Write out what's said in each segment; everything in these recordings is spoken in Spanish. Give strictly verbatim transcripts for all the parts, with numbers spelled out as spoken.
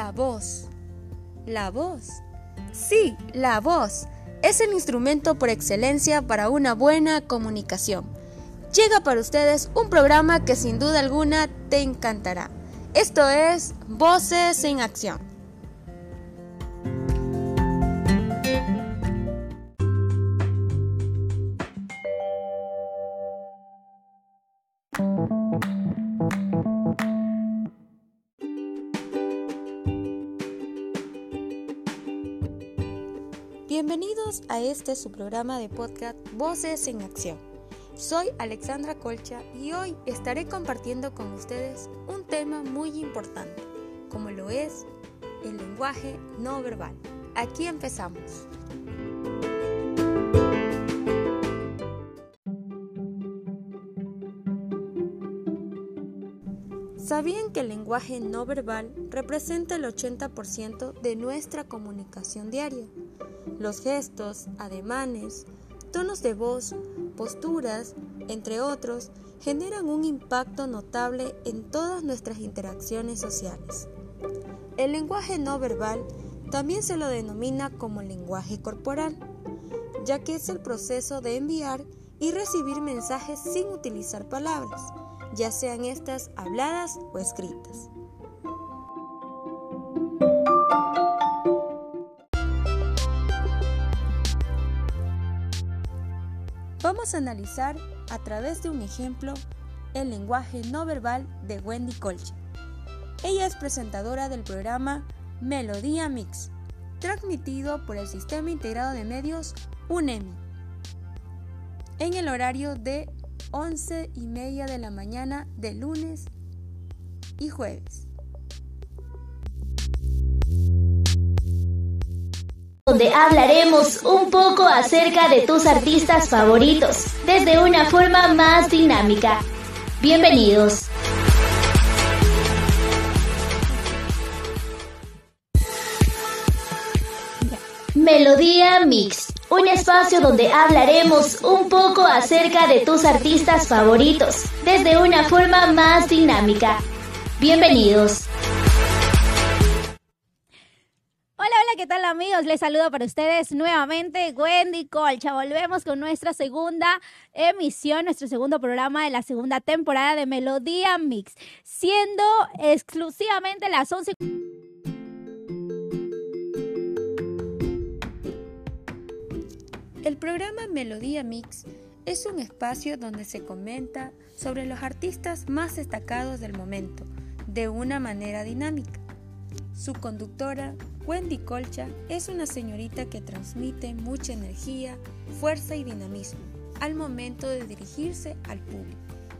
La voz. ¿La voz? Sí, la voz. Es el instrumento por excelencia para una buena comunicación. Llega para ustedes un programa que sin duda alguna te encantará. Esto es Voces en Acción. Bienvenidos a este su programa de podcast Voces en Acción. Soy Alexandra Colcha y hoy estaré compartiendo con ustedes un tema muy importante, como lo es el lenguaje no verbal. Aquí empezamos. ¿Sabían que el lenguaje no verbal representa el ochenta por ciento de nuestra comunicación diaria? Los gestos, ademanes, tonos de voz, posturas, entre otros, generan un impacto notable en todas nuestras interacciones sociales. El lenguaje no verbal también se lo denomina como lenguaje corporal, ya que es el proceso de enviar y recibir mensajes sin utilizar palabras, ya sean estas habladas o escritas. Vamos a analizar a través de un ejemplo el lenguaje no verbal de Wendy Colcha. Ella es presentadora del programa Melodía Mix, transmitido por el Sistema Integrado de Medios UNEMI, en el horario de once y media de la mañana de lunes y jueves. Donde hablaremos un poco acerca de tus artistas favoritos, desde una forma más dinámica. Bienvenidos. Melodía Mix, un espacio donde hablaremos un poco acerca de tus artistas favoritos, desde una forma más dinámica. Bienvenidos. Hola, hola, ¿qué tal amigos? Les saludo para ustedes nuevamente Wendy Colcha. Volvemos con nuestra segunda emisión, nuestro segundo programa de la segunda temporada de Melodía Mix, siendo exclusivamente las once. El programa Melodía Mix es un espacio donde se comenta sobre los artistas más destacados del momento, de una manera dinámica. Su conductora, Wendy Colcha, es una señorita que transmite mucha energía, fuerza y dinamismo al momento de dirigirse al público.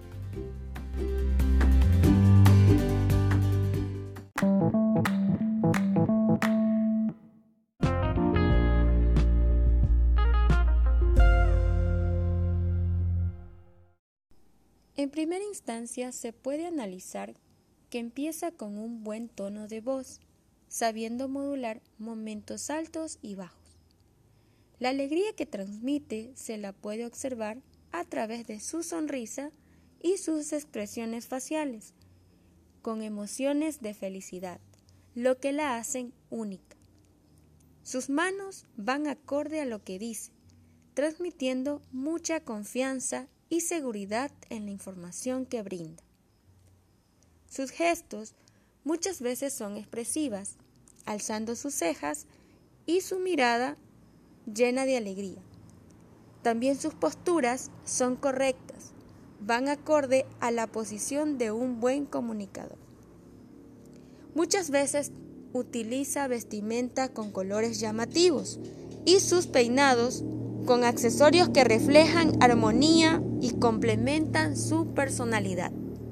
En primera instancia se puede analizar que empieza con un buen tono de voz, sabiendo modular momentos altos y bajos. La alegría que transmite se la puede observar a través de su sonrisa y sus expresiones faciales, con emociones de felicidad, lo que la hacen única. Sus manos van acorde a lo que dice, transmitiendo mucha confianza y seguridad en la información que brinda. Sus gestos muchas veces son expresivas, alzando sus cejas y su mirada llena de alegría. También sus posturas son correctas, van acorde a la posición de un buen comunicador. Muchas veces utiliza vestimenta con colores llamativos y sus peinados con accesorios que reflejan armonía y complementan su personalidad.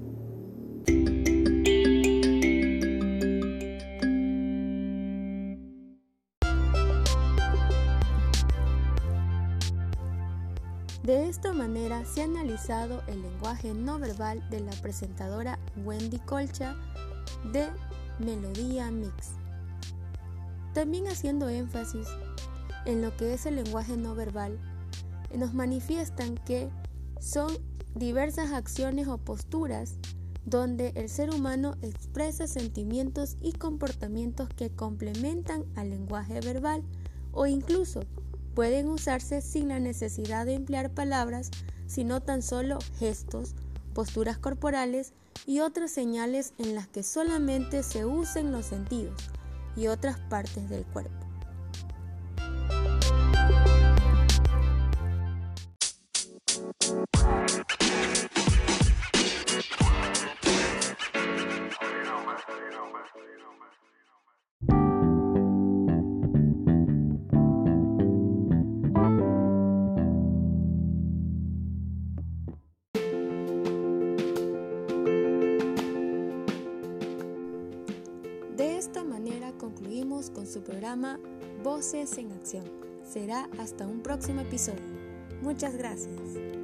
De esta manera se ha analizado el lenguaje no verbal de la presentadora Wendy Colcha de Melodía Mix. También haciendo énfasis en lo que es el lenguaje no verbal, nos manifiestan que son diversas acciones o posturas donde el ser humano expresa sentimientos y comportamientos que complementan al lenguaje verbal o incluso pueden usarse sin la necesidad de emplear palabras, sino tan solo gestos, posturas corporales y otras señales en las que solamente se usen los sentidos y otras partes del cuerpo. De esta manera concluimos con su programa Voces en Acción. Será hasta un próximo episodio. Muchas gracias.